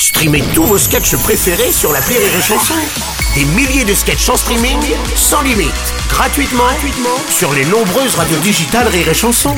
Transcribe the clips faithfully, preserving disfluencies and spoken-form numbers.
Streamez tous vos sketchs préférés sur l'appli Rire et Chanson. Des milliers de sketchs en streaming, sans limite, gratuitement, gratuitement sur les nombreuses radios digitales Rire et Chanson.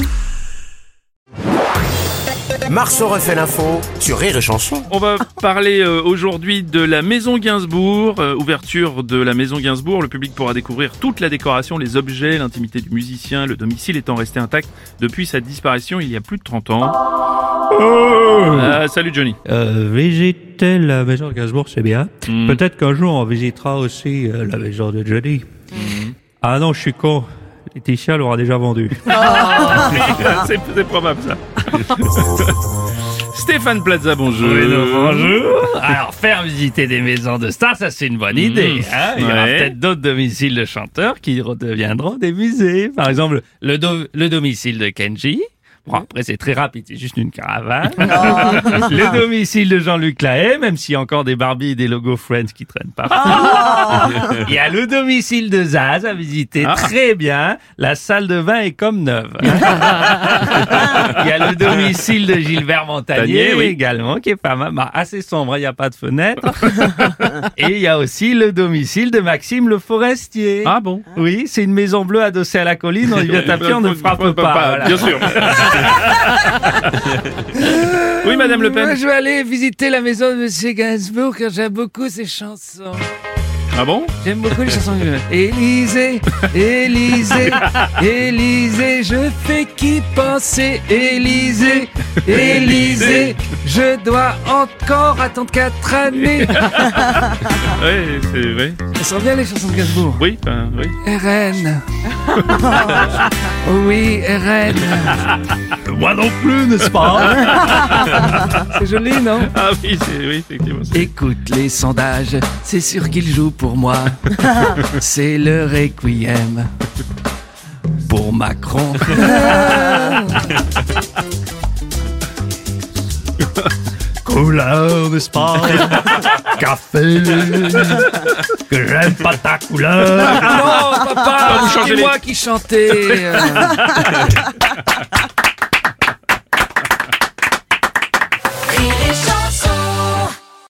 Marceau refait l'info sur Rire et Chanson. On va parler euh, aujourd'hui de la Maison Gainsbourg, euh, ouverture de la Maison Gainsbourg. Le public pourra découvrir toute la décoration, les objets, l'intimité du musicien, le domicile étant resté intact depuis sa disparition il y a plus de trente ans. Oh euh, salut Johnny. Euh, visiter la Maison Gainsbourg, c'est bien. Mm. Peut-être qu'un jour on visitera aussi euh, la maison de Johnny. Mm. Ah non, je suis con. Laetitia l'aura déjà vendu. Oh. c'est, c'est probable ça. Stéphane Plaza, bonjour. Oui, non, bonjour. Alors, faire visiter des maisons de stars, ça c'est une bonne idée. Hein. Il y aura Ouais. peut-être d'autres domiciles de chanteurs qui redeviendront des musées. Par exemple, le, do- le domicile de Kenji. Bon, après, c'est très rapide, c'est juste une caravane. Le domicile de Jean-Luc Lahaye, même s'il y a encore des Barbies et des logos Friends qui traînent partout. Il y a le domicile de Zaz à visiter, Ah. très bien. La salle de bain est comme neuve. Il y a le domicile de Gilbert Montagnier, Montagnier, oui. également, qui est pas mal. Bah, assez sombre, il n'y a pas de fenêtre. Et il y a aussi le domicile de Maxime Le Forestier. Ah bon? Oui, c'est une maison bleue adossée à la colline. On y vient taper, on ne frappe pas. Voilà. Bien sûr. Oui, Madame Le Moi, Pen. je vais aller visiter la maison de Monsieur Gainsbourg car j'aime beaucoup ses chansons. Ah bon? J'aime beaucoup les chansons. Élysée, Élysée, Élysée, je fais qu'y penser. Élysée, Élysée, je dois encore attendre quatre années. Oui, c'est vrai. Elles sont bien les chansons de Gainsbourg. Oui, ben, oui. R N. Oui, R N. Moi non plus, n'est-ce pas? C'est joli, non? Ah oui, c'est, oui, effectivement. c'est- Écoute les sondages, c'est sûr qu'il joue pour moi. C'est le requiem pour Macron. Couleur, n'est-ce pas? Café. Que j'aime pas ta couleur. Non, papa, vous changez c'est les- moi qui chantais. euh.